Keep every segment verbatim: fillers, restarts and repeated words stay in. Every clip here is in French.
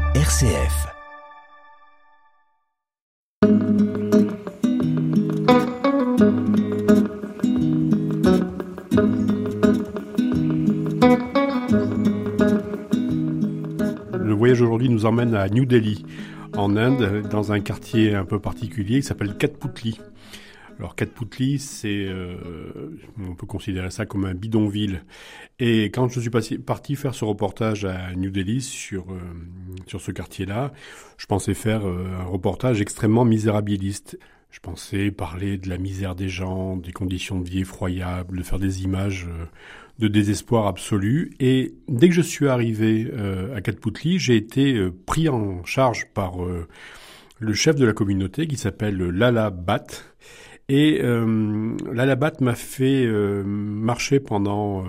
R C F. Le voyage aujourd'hui nous emmène à New Delhi, en Inde, dans un quartier un peu particulier qui s'appelle Kathputli. Alors Kathputli, c'est, euh, on peut considérer ça comme un bidonville. Et quand je suis passé, parti faire ce reportage à New Delhi sur euh, sur ce quartier-là, je pensais faire euh, un reportage extrêmement misérabiliste. Je pensais parler de la misère des gens, des conditions de vie effroyables, de faire des images euh, de désespoir absolu. Et dès que je suis arrivé euh, à Kathputli, j'ai été euh, pris en charge par euh, le chef de la communauté qui s'appelle Lala Bhat. Et euh, Lala Bhat m'a fait euh, marcher pendant euh,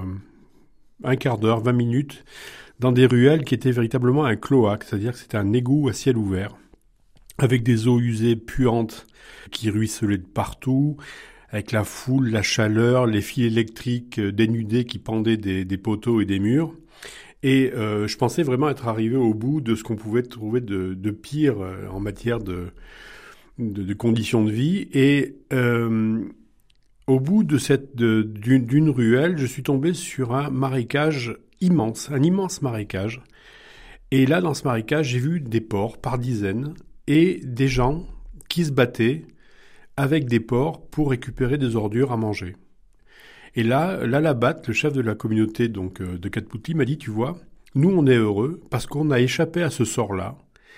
un quart d'heure, vingt minutes, dans des ruelles qui étaient véritablement un cloaque, c'est-à-dire que c'était un égout à ciel ouvert, avec des eaux usées puantes qui ruisselaient de partout, avec la foule, la chaleur, les fils électriques dénudés qui pendaient des, des poteaux et des murs. Et euh, je pensais vraiment être arrivé au bout de ce qu'on pouvait trouver de, de pire euh, en matière de... De, de conditions de vie. Et euh, au bout de cette de, d'une, d'une ruelle, je suis tombé sur un marécage immense, un immense marécage. Et là, dans ce marécage, j'ai vu des porcs par dizaines et des gens qui se battaient avec des porcs pour récupérer des ordures à manger. Et là, Lala Bhat, le chef de la communauté donc de Kathputli, m'a dit, tu vois, nous on est heureux parce qu'on a échappé à ce sort-là.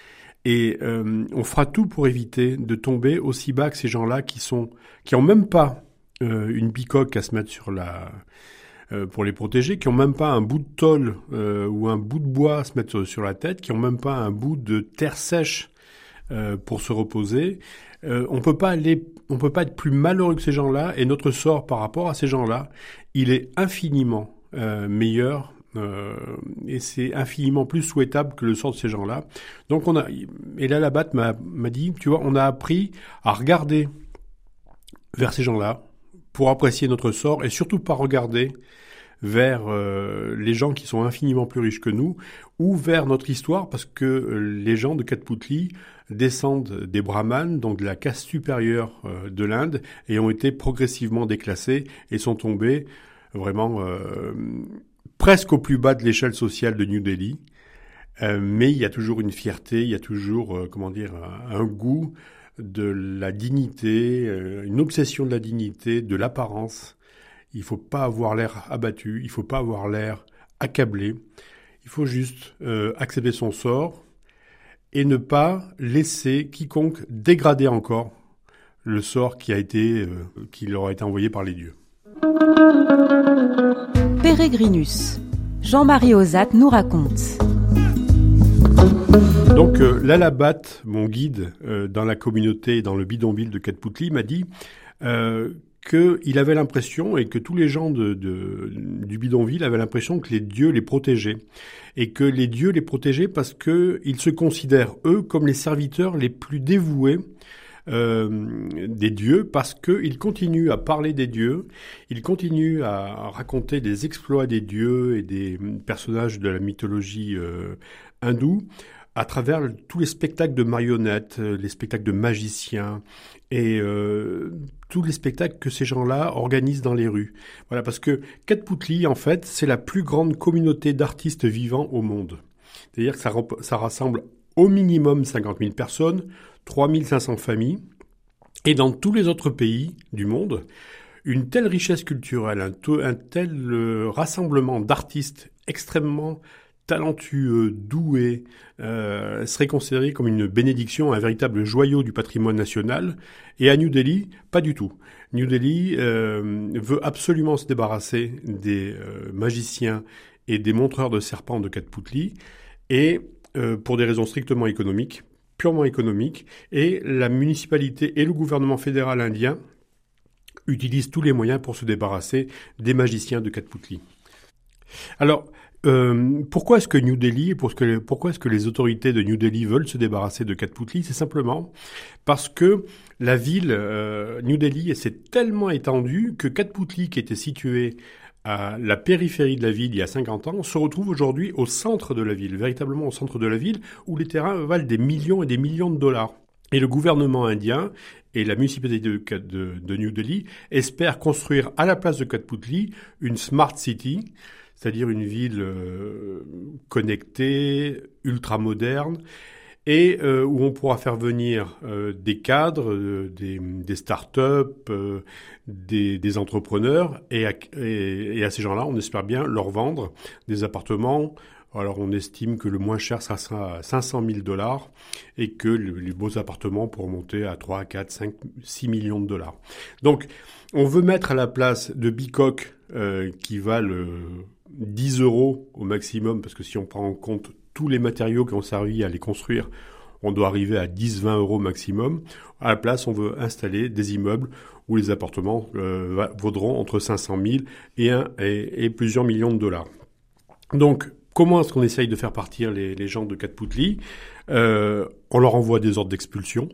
Et euh, on fera tout pour éviter de tomber aussi bas que ces gens-là qui sont, qui ont même pas euh, une bicoque à se mettre sur la, euh, pour les protéger, qui ont même pas un bout de tôle euh, ou un bout de bois à se mettre sur la tête, qui ont même pas un bout de terre sèche euh, pour se reposer. Euh, on peut pas aller, on peut pas être plus malheureux que ces gens-là. Et notre sort par rapport à ces gens-là, il est infiniment euh, meilleur. Euh, et c'est infiniment plus souhaitable que le sort de ces gens-là. Donc on a, et là Lala Bhat m'a, m'a dit, tu vois, on a appris à regarder vers ces gens-là pour apprécier notre sort et surtout pas regarder vers euh, les gens qui sont infiniment plus riches que nous ou vers notre histoire parce que euh, les gens de Kathputli descendent des brahmanes, donc de la caste supérieure euh, de l'Inde et ont été progressivement déclassés et sont tombés vraiment euh, presque au plus bas de l'échelle sociale de New Delhi, euh, mais il y a toujours une fierté, il y a toujours, euh, comment dire, un, un goût de la dignité, euh, une obsession de la dignité, de l'apparence. Il faut pas avoir l'air abattu, il faut pas avoir l'air accablé. Il faut juste euh, accepter son sort et ne pas laisser quiconque dégrader encore le sort qui a été, euh, qui leur a été envoyé par les dieux. Pérégrinus. Jean-Marie Ozat nous raconte. Donc euh, Lala Bhat, mon guide euh, dans la communauté, dans le bidonville de Kathputli, m'a dit euh, qu'il avait l'impression, et que tous les gens de, de, du bidonville avaient l'impression que les dieux les protégeaient. Et que les dieux les protégeaient parce qu'ils se considèrent, eux, comme les serviteurs les plus dévoués Euh, des dieux parce qu'ils continuent à parler des dieux, ils continuent à raconter des exploits des dieux et des personnages de la mythologie euh, hindoue à travers tous les spectacles de marionnettes, les spectacles de magiciens et euh, tous les spectacles que ces gens-là organisent dans les rues. Voilà, parce que Kathputli, en fait, c'est la plus grande communauté d'artistes vivants au monde. C'est-à-dire que ça, ça rassemble au minimum cinquante mille personnes, trois mille cinq cents familles, et dans tous les autres pays du monde, une telle richesse culturelle, un, to- un tel euh, rassemblement d'artistes extrêmement talentueux, doués, euh, serait considéré comme une bénédiction, un véritable joyau du patrimoine national. Et à New Delhi, pas du tout. New Delhi euh, veut absolument se débarrasser des euh, magiciens et des montreurs de serpents de Kathputli, et euh, pour des raisons strictement économiques, purement économique, et la municipalité et le gouvernement fédéral indien utilisent tous les moyens pour se débarrasser des magiciens de Kathputli. Alors, euh, pourquoi est-ce que New Delhi, pourquoi est-ce que les autorités de New Delhi veulent se débarrasser de Kathputli ? C'est simplement parce que la ville, euh, New Delhi, s'est tellement étendue que Kathputli, qui était situé à la périphérie de la ville il y a cinquante ans se retrouve aujourd'hui au centre de la ville, véritablement au centre de la ville, où les terrains valent des millions et des millions de dollars. Et le gouvernement indien et la municipalité de, de, de New Delhi espèrent construire à la place de Kotputli une smart city, c'est-à-dire une ville euh, connectée, ultra-moderne, et euh, où on pourra faire venir euh, des cadres, euh, des, des start-up, euh, des, des entrepreneurs, et à, et, et à ces gens-là, on espère bien leur vendre des appartements. Alors on estime que le moins cher ça sera à cinq cent mille dollars et que le, les beaux appartements pourront monter à trois, quatre, cinq, six millions de dollars. Donc on veut mettre à la place de bicoques euh, qui valent euh, dix euros au maximum, parce que si on prend en compte tous les matériaux qui ont servi à les construire, on doit arriver à dix à vingt euros maximum. À la place, on veut installer des immeubles où les appartements euh, vaudront entre cinq cent mille et, un, et, et plusieurs millions de dollars. Donc, comment est-ce qu'on essaye de faire partir les, les gens de Kotputli ? euh, On leur envoie des ordres d'expulsion,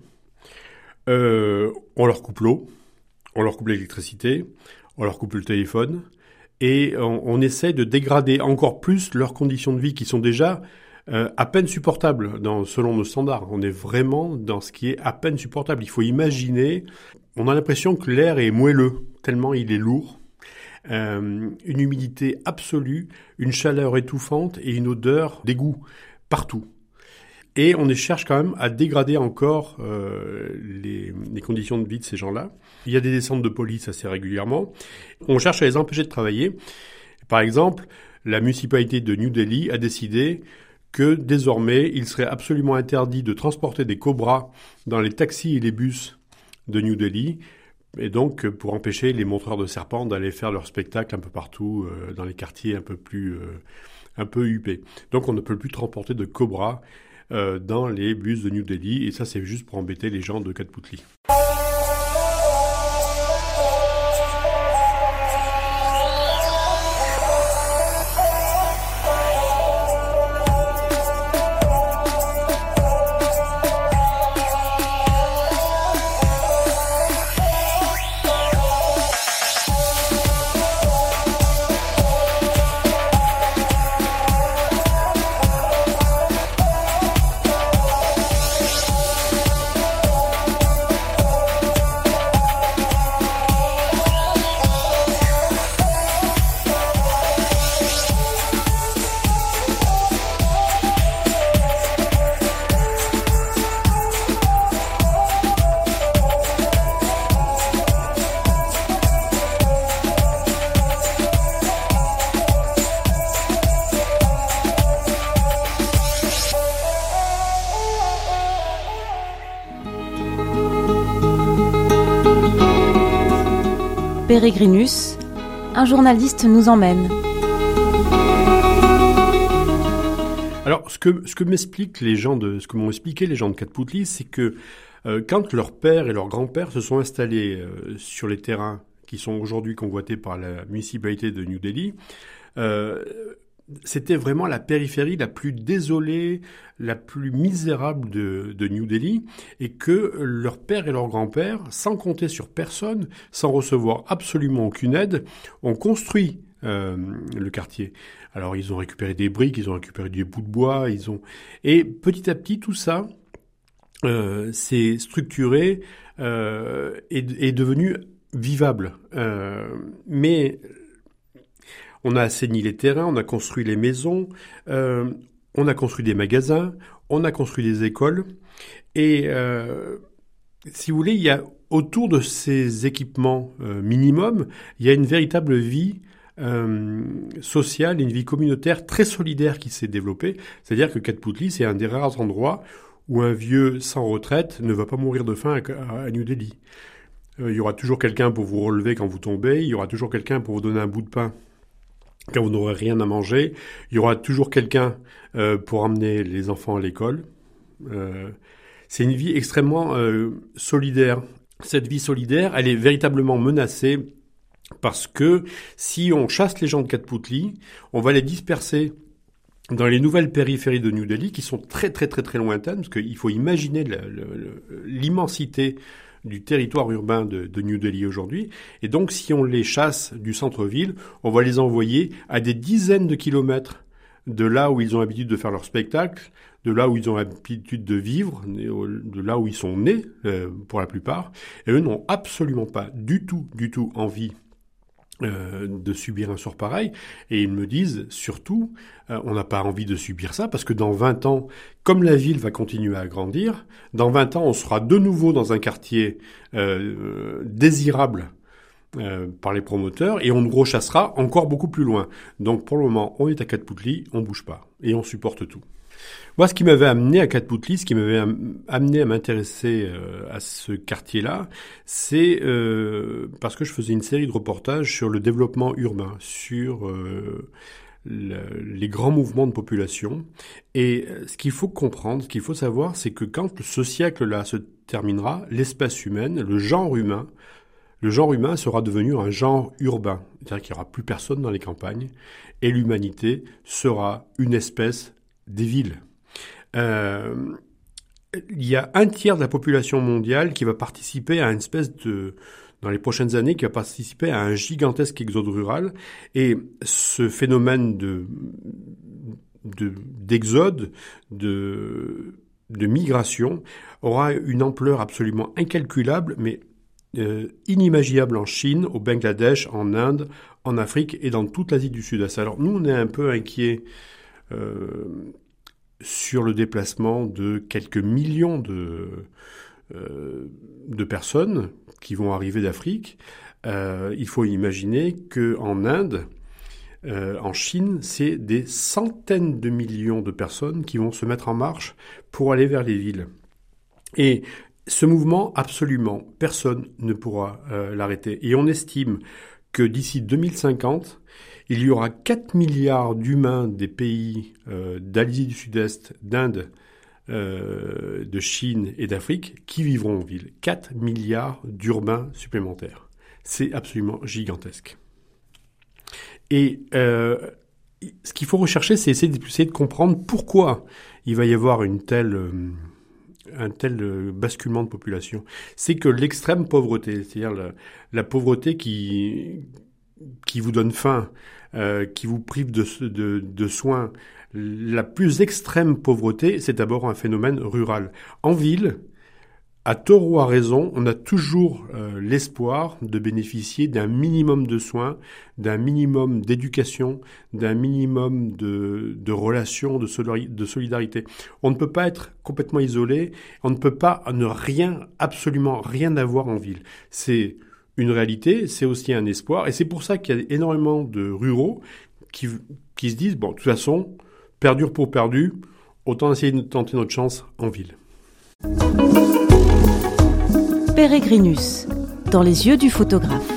euh, on leur coupe l'eau, on leur coupe l'électricité, on leur coupe le téléphone, et on, on essaie de dégrader encore plus leurs conditions de vie qui sont déjà euh, à peine supportables dans, selon nos standards. On est vraiment dans ce qui est à peine supportable. Il faut imaginer, on a l'impression que l'air est moelleux, tellement il est lourd. Euh, une humidité absolue, une chaleur étouffante et une odeur d'égout partout. Et on cherche quand même à dégrader encore euh, les, les conditions de vie de ces gens-là. Il y a des descentes de police assez régulièrement. On cherche à les empêcher de travailler. Par exemple, la municipalité de New Delhi a décidé que désormais, il serait absolument interdit de transporter des cobras dans les taxis et les bus de New Delhi, et donc pour empêcher les montreurs de serpents d'aller faire leur spectacle un peu partout euh, dans les quartiers un peu plus euh, un peu huppés. Donc on ne peut plus transporter de cobras euh, dans les bus de New Delhi, et ça c'est juste pour embêter les gens de Kotputli. Peregrinus, un journaliste nous emmène. Alors, ce que, ce que m'expliquent les gens de, ce que m'ont expliqué les gens de Kotputli, c'est que euh, quand leur père et leur grand-père se sont installés euh, sur les terrains qui sont aujourd'hui convoités par la municipalité de New Delhi, euh, c'était vraiment la périphérie la plus désolée, la plus misérable de, de New Delhi, et que leur père et leur grand-père, sans compter sur personne, sans recevoir absolument aucune aide, ont construit euh, le quartier. Alors ils ont récupéré des briques, ils ont récupéré des bouts de bois, ils ont et petit à petit tout ça euh, s'est structuré euh, et est devenu vivable. Euh, mais on a assaini les terrains, on a construit les maisons, euh, on a construit des magasins, on a construit des écoles. Et euh, si vous voulez, il y a autour de ces équipements euh, minimums, il y a une véritable vie euh, sociale, une vie communautaire très solidaire qui s'est développée. C'est-à-dire que Kotputli, c'est un des rares endroits où un vieux sans retraite ne va pas mourir de faim à, à New Delhi. Euh, il y aura toujours quelqu'un pour vous relever quand vous tombez, il y aura toujours quelqu'un pour vous donner un bout de pain quand vous n'aurez rien à manger, il y aura toujours quelqu'un euh, pour emmener les enfants à l'école. Euh, c'est une vie extrêmement euh, solidaire. Cette vie solidaire, elle est véritablement menacée parce que si on chasse les gens de Kotputli, on va les disperser dans les nouvelles périphéries de New Delhi qui sont très très très très lointaines, parce qu'il faut imaginer la, la, l'immensité du territoire urbain de, de New Delhi aujourd'hui. Et donc, si on les chasse du centre-ville, on va les envoyer à des dizaines de kilomètres de là où ils ont l'habitude de faire leur spectacle, de là où ils ont l'habitude de vivre, de là où ils sont nés, euh, pour la plupart. Et eux n'ont absolument pas du tout, du tout envie euh, de subir un sort pareil. Et ils me disent, surtout, euh, on n'a pas envie de subir ça, parce que dans vingt ans, comme la ville va continuer à grandir, dans vingt ans, on sera de nouveau dans un quartier euh, désirable Euh, par les promoteurs, et on nous rechassera encore beaucoup plus loin. Donc pour le moment, on est à Katputli, on bouge pas, et on supporte tout. Moi, ce qui m'avait amené à Katputli, ce qui m'avait am- amené à m'intéresser euh, à ce quartier-là, c'est euh, parce que je faisais une série de reportages sur le développement urbain, sur euh, le, les grands mouvements de population. Et ce qu'il faut comprendre, ce qu'il faut savoir, c'est que quand ce siècle-là se terminera, l'espèce humaine, le genre humain, Le genre humain sera devenu un genre urbain, c'est-à-dire qu'il n'y aura plus personne dans les campagnes, et l'humanité sera une espèce des villes. Euh, il y a un tiers de la population mondiale qui va participer à une espèce de, dans les prochaines années, qui va participer à un gigantesque exode rural, et ce phénomène de, de, d'exode, de, de migration, aura une ampleur absolument incalculable, mais Euh, inimaginable en Chine, au Bangladesh, en Inde, en Afrique et dans toute l'Asie du Sud-Est. Alors nous, on est un peu inquiets euh, sur le déplacement de quelques millions de, euh, de personnes qui vont arriver d'Afrique. Euh, il faut imaginer qu'en Inde, euh, en Chine, c'est des centaines de millions de personnes qui vont se mettre en marche pour aller vers les villes. Et ce mouvement, absolument, personne ne pourra euh, l'arrêter. Et on estime que d'ici deux mille cinquante, il y aura quatre milliards d'humains des pays euh, d'Asie du Sud-Est, d'Inde, euh, de Chine et d'Afrique qui vivront en ville. quatre milliards d'urbains supplémentaires. C'est absolument gigantesque. Et euh, ce qu'il faut rechercher, c'est essayer de, essayer de comprendre pourquoi il va y avoir une telle... Euh, un tel basculement de population. C'est que l'extrême pauvreté, c'est-à-dire la, la pauvreté qui, qui vous donne faim, euh, qui vous prive de, de, de soins, la plus extrême pauvreté, c'est d'abord un phénomène rural. En ville, à tort ou à raison, on a toujours euh, l'espoir de bénéficier d'un minimum de soins, d'un minimum d'éducation, d'un minimum de, de relations, de, solidari- de solidarité. On ne peut pas être complètement isolé, on ne peut pas ne rien, absolument rien avoir en ville. C'est une réalité, c'est aussi un espoir, et c'est pour ça qu'il y a énormément de ruraux qui, qui se disent, bon, de toute façon, perdu pour perdu, autant essayer de tenter notre chance en ville. Peregrinus, dans les yeux du photographe.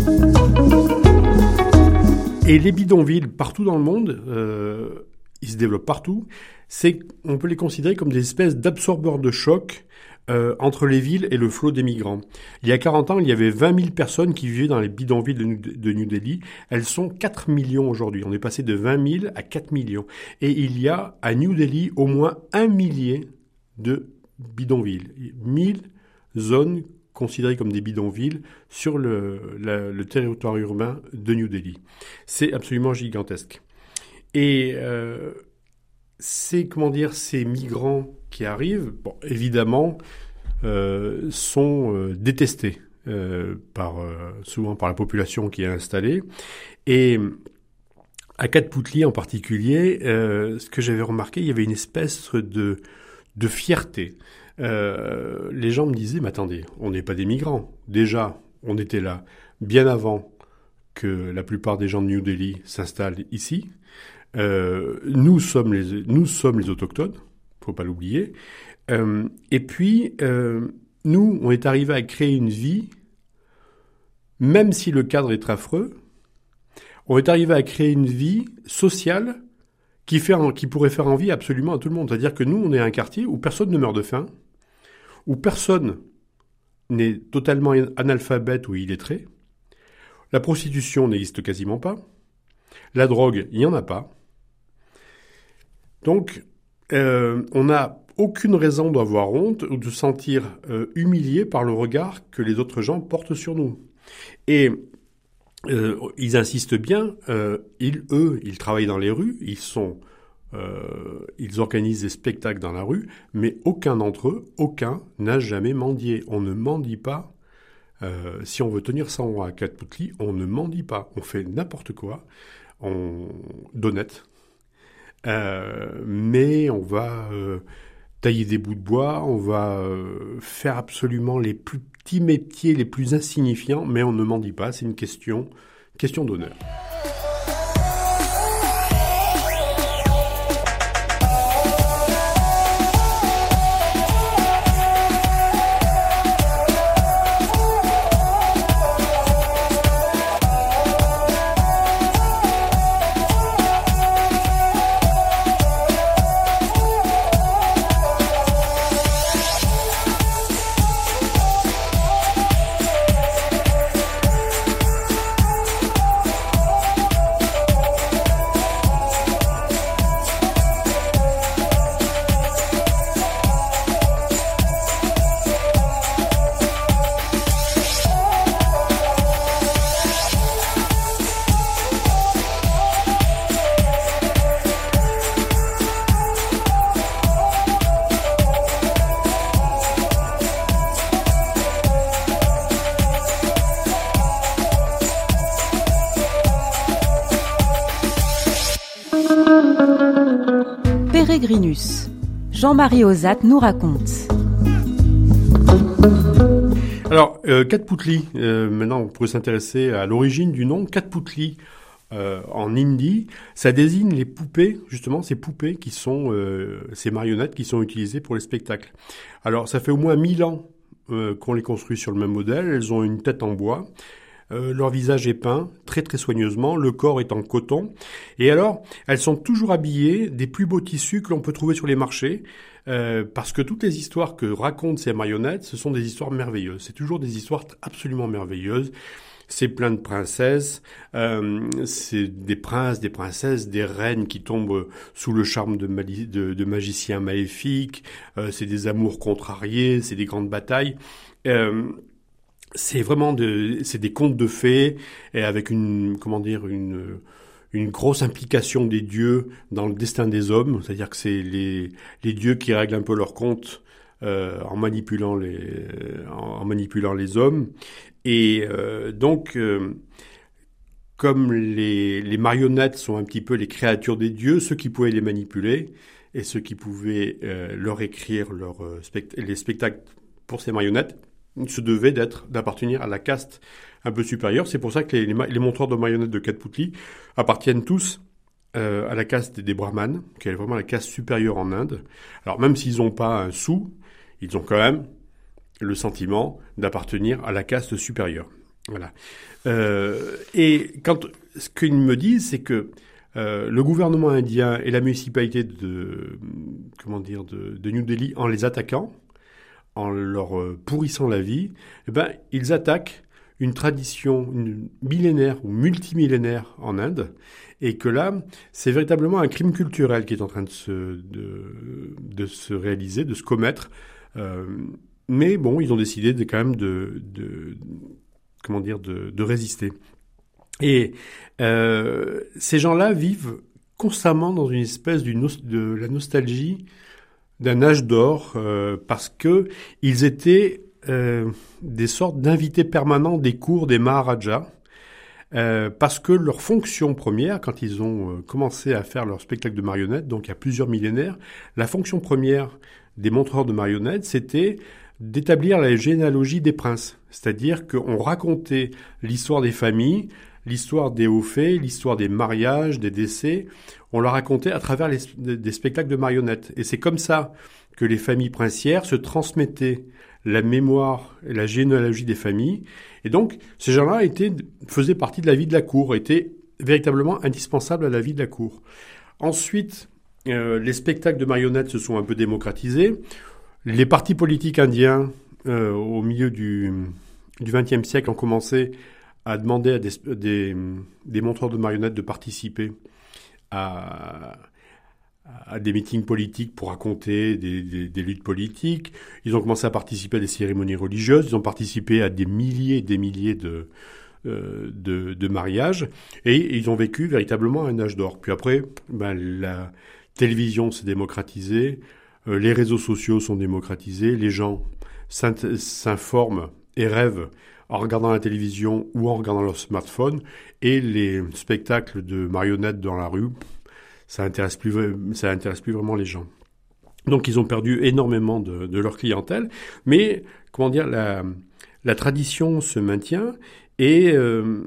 Et les bidonvilles, partout dans le monde, euh, ils se développent partout, c'est, on peut les considérer comme des espèces d'absorbeurs de choc euh, entre les villes et le flot des migrants. Il y a quarante ans, il y avait vingt mille personnes qui vivaient dans les bidonvilles de New, de New Delhi. Elles sont quatre millions aujourd'hui. On est passé de vingt mille à quatre millions. Et il y a à New Delhi au moins un millier de bidonvilles. mille zones considérées comme des bidonvilles sur le, la, le territoire urbain de New Delhi. C'est absolument gigantesque. Et euh, c'est, comment dire, ces migrants qui arrivent, bon, évidemment, euh, sont euh, détestés euh, par, euh, souvent par la population qui est installée. Et à Katputli en particulier, euh, ce que j'avais remarqué, il y avait une espèce de, de fierté. Euh, les gens me disaient, mais attendez, on n'est pas des migrants. Déjà, on était là bien avant que la plupart des gens de New Delhi s'installent ici. Euh, nous sommes les, nous sommes les autochtones, faut pas l'oublier. Euh, et puis, euh, nous, on est arrivé à créer une vie, même si le cadre est affreux, on est arrivé à créer une vie sociale qui, fait, qui pourrait faire envie absolument à tout le monde. C'est-à-dire que nous, on est un quartier où personne ne meurt de faim, où personne n'est totalement analphabète ou illettré. La prostitution n'existe quasiment pas. La drogue, il n'y en a pas. Donc, euh, on a aucune raison d'avoir honte ou de se sentir euh, humilié par le regard que les autres gens portent sur nous. Et euh, ils insistent bien, euh, ils, eux, ils travaillent dans les rues, ils sont, euh, ils organisent des spectacles dans la rue, mais aucun d'entre eux, aucun, n'a jamais mendié. On ne mendie pas. Euh, si on veut tenir cent ans à Katpoutli, on ne mendie pas. On fait n'importe quoi, on d'honnête. Euh, mais on va euh, tailler des bouts de bois, on va euh, faire absolument les plus petits métiers, les plus insignifiants, mais on ne mendie pas. C'est une question, question d'honneur. Peregrinus. Jean-Marie Ozat nous raconte. Alors, euh, Katpoutli, euh, maintenant on pourrait s'intéresser à l'origine du nom. Katpoutli, euh, en hindi, ça désigne les poupées, justement ces poupées qui sont, euh, ces marionnettes qui sont utilisées pour les spectacles. Alors, ça fait au moins mille ans euh, qu'on les construit sur le même modèle. Elles ont une tête en bois. Euh, leur visage est peint très très soigneusement, le corps est en coton. Et alors, elles sont toujours habillées des plus beaux tissus que l'on peut trouver sur les marchés, euh, parce que toutes les histoires que racontent ces marionnettes, ce sont des histoires merveilleuses. C'est toujours des histoires absolument merveilleuses. C'est plein de princesses, euh, c'est des princes, des princesses, des reines qui tombent sous le charme de, mali- de, de magiciens maléfiques, euh, c'est des amours contrariés, c'est des grandes batailles. Euh, C'est vraiment de, c'est des contes de fées et avec une, comment dire, une, une grosse implication des dieux dans le destin des hommes. C'est-à-dire que c'est les, les dieux qui règlent un peu leur compte euh, en manipulant les, en, en manipulant les hommes. Et euh, donc, euh, comme les, les marionnettes sont un petit peu les créatures des dieux, ceux qui pouvaient les manipuler et ceux qui pouvaient euh, leur écrire leur, spect- les spectacles pour ces marionnettes se devait d'être, d'appartenir à la caste un peu supérieure. C'est pour ça que les, les, les montreurs de marionnettes de Katpoutli appartiennent tous euh, à la caste des, des brahmanes, qui est vraiment la caste supérieure en Inde. Alors même s'ils n'ont pas un sou, ils ont quand même le sentiment d'appartenir à la caste supérieure. Voilà. Euh, et quand ce qu'ils me disent, c'est que euh, le gouvernement indien et la municipalité de comment dire de, de New Delhi, en les attaquant, en leur pourrissant la vie, eh ben, ils attaquent une tradition une millénaire ou multimillénaire en Inde, et que là, c'est véritablement un crime culturel qui est en train de se, de, de se réaliser, de se commettre. Euh, mais bon, ils ont décidé de, quand même de, de comment dire, de, de résister. Et euh, ces gens-là vivent constamment dans une espèce de, de la nostalgie d'un âge d'or, euh, parce que ils étaient euh, des sortes d'invités permanents des cours des Maharajas, euh, parce que leur fonction première, quand ils ont euh, commencé à faire leur spectacle de marionnettes, donc il y a plusieurs millénaires, la fonction première des montreurs de marionnettes, c'était d'établir la généalogie des princes. C'est-à-dire qu'on racontait l'histoire des familles, l'histoire des hauts faits, l'histoire des mariages, des décès, on la racontait à travers les, des spectacles de marionnettes. Et c'est comme ça que les familles princières se transmettaient la mémoire et la généalogie des familles. Et donc, ces gens-là étaient, faisaient partie de la vie de la cour, étaient véritablement indispensables à la vie de la cour. Ensuite, euh, les spectacles de marionnettes se sont un peu démocratisés. Les partis politiques indiens, euh, au milieu du, du vingtième siècle, ont commencé à demander à des, des, des montreurs de marionnettes de participer à, à des meetings politiques pour raconter des, des, des luttes politiques. Ils ont commencé à participer à des cérémonies religieuses. Ils ont participé à des milliers et des milliers de, euh, de, de mariages. Et ils ont vécu véritablement un âge d'or. Puis après, ben, la télévision s'est démocratisée. Euh, les réseaux sociaux sont démocratisés. Les gens s'informent et rêvent en regardant la télévision ou en regardant leur smartphone. Et les spectacles de marionnettes dans la rue, ça intéresse plus, ça intéresse plus vraiment les gens. Donc ils ont perdu énormément de, de leur clientèle, mais comment dire, la, la tradition se maintient et euh,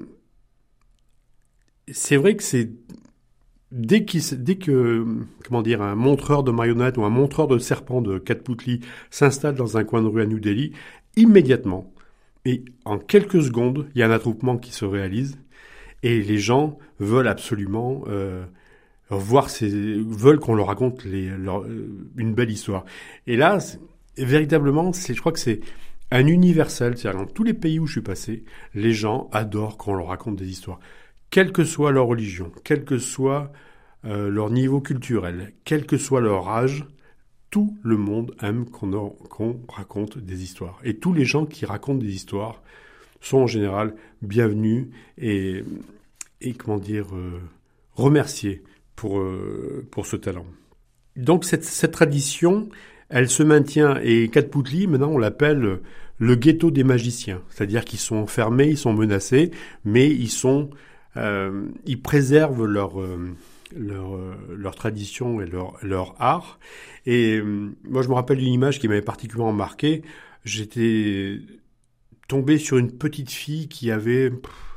c'est vrai que c'est dès, qu'il, dès que comment dire, un montreur de marionnettes ou un montreur de serpents de Kethputli s'installe dans un coin de rue à New Delhi, immédiatement et en quelques secondes, il y a un attroupement qui se réalise et les gens veulent absolument euh, voir ces, veulent qu'on leur raconte les, leur, une belle histoire. Et là, c'est, véritablement, c'est, je crois que c'est un universel. C'est-à-dire, dans tous les pays où je suis passé, les gens adorent qu'on leur raconte des histoires. Quelle que soit leur religion, quel que soit euh, leur niveau culturel, quel que soit leur âge, tout le monde aime qu'on, a, qu'on raconte des histoires. Et tous les gens qui racontent des histoires sont en général bienvenus et, et comment dire, euh, remerciés pour, euh, pour ce talent. Donc cette, cette tradition, elle se maintient et Kethputli, maintenant on l'appelle le ghetto des magiciens, c'est-à-dire qu'ils sont enfermés, ils sont menacés, mais ils sont, euh, ils préservent leur, euh, leur, euh, leur tradition et leur, leur art. Et euh, moi je me rappelle d'une image qui m'avait particulièrement marqué. J'étais tombé sur une petite fille qui avait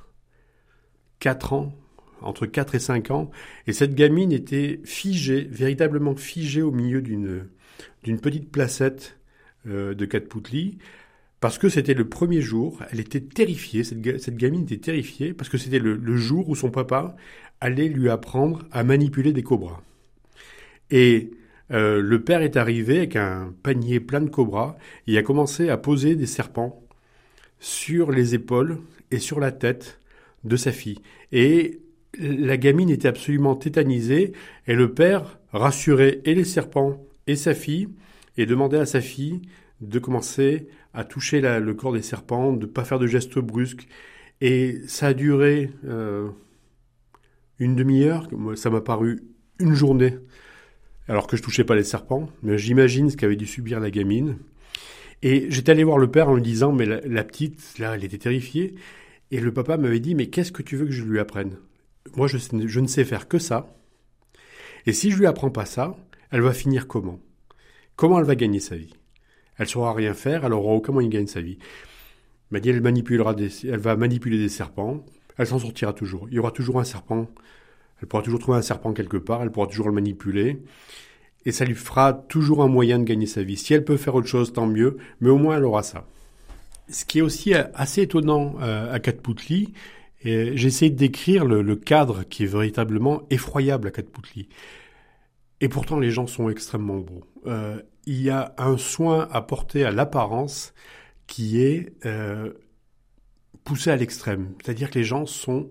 quatre ans, entre quatre et cinq ans, et cette gamine était figée, véritablement figée au milieu d'une, d'une petite placette euh, de Kethputli, parce que c'était le premier jour, elle était terrifiée, cette, cette gamine était terrifiée, parce que c'était le, le jour où son papa allait lui apprendre à manipuler des cobras. Et euh, le père est arrivé avec un panier plein de cobras, et il a commencé à poser des serpents sur les épaules et sur la tête de sa fille. Et la gamine était absolument tétanisée et le père rassurait et les serpents et sa fille et demandait à sa fille de commencer à toucher la, le corps des serpents, de ne pas faire de gestes brusques. Et ça a duré euh, une demi-heure. Moi, ça m'a paru une journée alors que je touchais pas les serpents. Mais j'imagine ce qu'avait dû subir la gamine. Et j'étais allé voir le père en lui disant, mais la, la petite, là, elle était terrifiée. Et le papa m'avait dit, mais qu'est-ce que tu veux que je lui apprenne ? Moi, je, je ne sais faire que ça. Et si je lui apprends pas ça, elle va finir comment ? Comment elle va gagner sa vie ? Elle saura rien faire, elle aura aucun moyen de gagner sa vie. Il m'a dit, elle manipulera des, elle va manipuler des serpents, elle s'en sortira toujours. Il y aura toujours un serpent, elle pourra toujours trouver un serpent quelque part, elle pourra toujours le manipuler. Et ça lui fera toujours un moyen de gagner sa vie. Si elle peut faire autre chose, tant mieux, mais au moins elle aura ça. Ce qui est aussi assez étonnant euh, à Kethputli, et j'ai essayé de décrire le, le cadre qui est véritablement effroyable à Kethputli. Et pourtant, les gens sont extrêmement beaux. Euh, il y a un soin apporté à l'apparence qui est euh, poussé à l'extrême. C'est-à-dire que les gens sont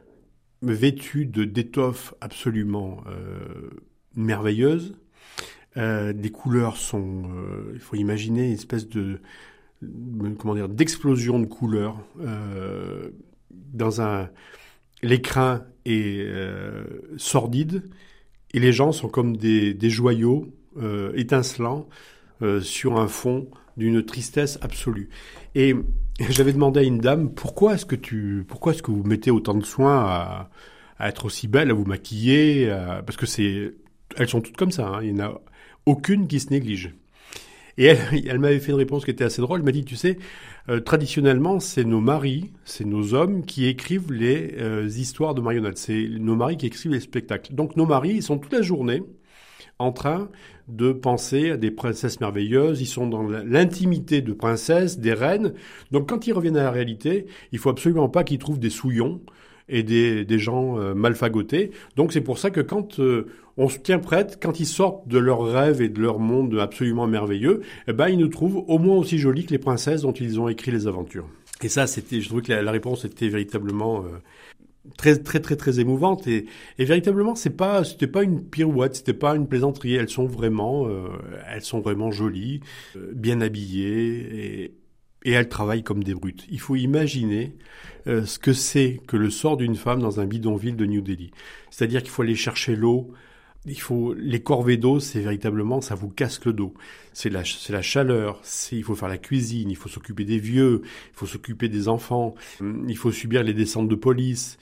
vêtus de d'étoffes absolument euh, merveilleuses. Euh, des couleurs sont... Euh, il faut imaginer une espèce de... comment dire, d'explosion de couleurs. Euh, dans un... L'écrin est euh, sordide et les gens sont comme des, des joyaux euh, étincelants euh, sur un fond d'une tristesse absolue. Et j'avais demandé à une dame, pourquoi est-ce que tu, pourquoi est-ce que vous mettez autant de soin à, à être aussi belle, à vous maquiller, à... parce que c'est, elles sont toutes comme ça, hein, il n'y en a aucune qui se néglige. Et elle, elle m'avait fait une réponse qui était assez drôle. Elle m'a dit, tu sais, euh, traditionnellement, c'est nos maris, c'est nos hommes qui écrivent les euh, histoires de marionnettes. C'est nos maris qui écrivent les spectacles. Donc nos maris, ils sont toute la journée en train de penser à des princesses merveilleuses. Ils sont dans l'intimité de princesses, des reines. Donc quand ils reviennent à la réalité, il faut absolument pas qu'ils trouvent des souillons et des, des gens euh, mal fagotés. Donc c'est pour ça que quand euh, on se tient prête, quand ils sortent de leurs rêves et de leur monde absolument merveilleux, eh ben ils nous trouvent au moins aussi jolis que les princesses dont ils ont écrit les aventures. Et ça, c'était, je trouvais que la, la réponse était véritablement euh, très très très très émouvante et, et véritablement c'est pas c'était pas une pirouette, c'était pas une plaisanterie, elles sont vraiment euh, elles sont vraiment jolies, euh, bien habillées et, et elles travaillent comme des brutes. Il faut imaginer euh, ce que c'est que le sort d'une femme dans un bidonville de New Delhi. C'est-à-dire qu'il faut aller chercher l'eau. Il faut les corvées d'eau, c'est véritablement, ça vous casse le dos. C'est la, c'est la chaleur. C'est, il faut faire la cuisine. Il faut s'occuper des vieux. Il faut s'occuper des enfants. Il faut subir les descentes de police.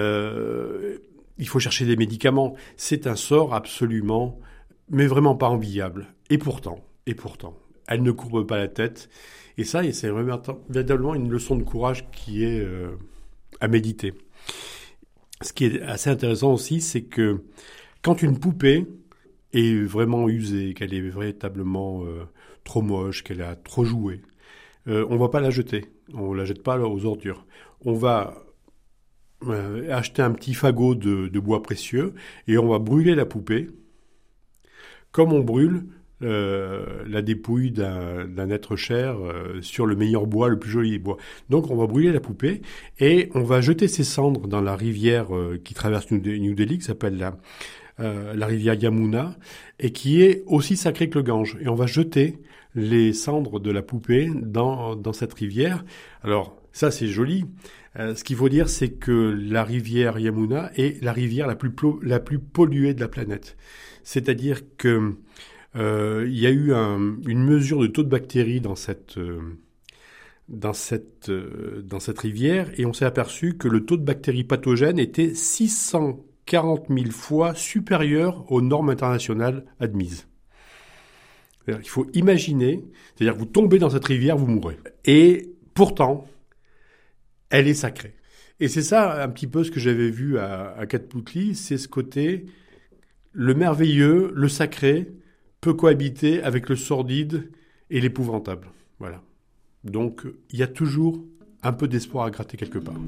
Euh, il faut chercher des médicaments. C'est un sort absolument, mais vraiment pas enviable. Et pourtant, et pourtant, elle ne courbe pas la tête. Et ça, c'est vraiment véritablement une leçon de courage qui est euh, à méditer. Ce qui est assez intéressant aussi, c'est que quand une poupée est vraiment usée, qu'elle est véritablement euh, trop moche, qu'elle a trop joué, euh, on va pas la jeter. On la jette pas aux ordures. On va euh, acheter un petit fagot de, de bois précieux et on va brûler la poupée comme on brûle euh, la dépouille d'un, d'un être cher euh, sur le meilleur bois, le plus joli bois. Donc on va brûler la poupée et on va jeter ses cendres dans la rivière euh, qui traverse New Delhi, qui s'appelle la Euh, la rivière Yamuna, et qui est aussi sacrée que le Gange. Et on va jeter les cendres de la poupée dans, dans cette rivière. Alors, ça, c'est joli. Euh, ce qu'il faut dire, c'est que la rivière Yamuna est la rivière la plus, plo- la plus polluée de la planète. C'est-à-dire que euh, il y a eu un, une mesure de taux de bactéries dans cette... Euh, dans cette, euh, dans cette rivière, et on s'est aperçu que le taux de bactéries pathogènes était six cent quarante mille fois supérieur aux normes internationales admises. C'est-à-dire, il faut imaginer, c'est-à-dire que vous tombez dans cette rivière, vous mourrez. Et pourtant, elle est sacrée. Et c'est ça un petit peu ce que j'avais vu à, à Katputli, c'est ce côté, le merveilleux, le sacré, peut cohabiter avec le sordide et l'épouvantable. Voilà. Donc, il y a toujours un peu d'espoir à gratter quelque part.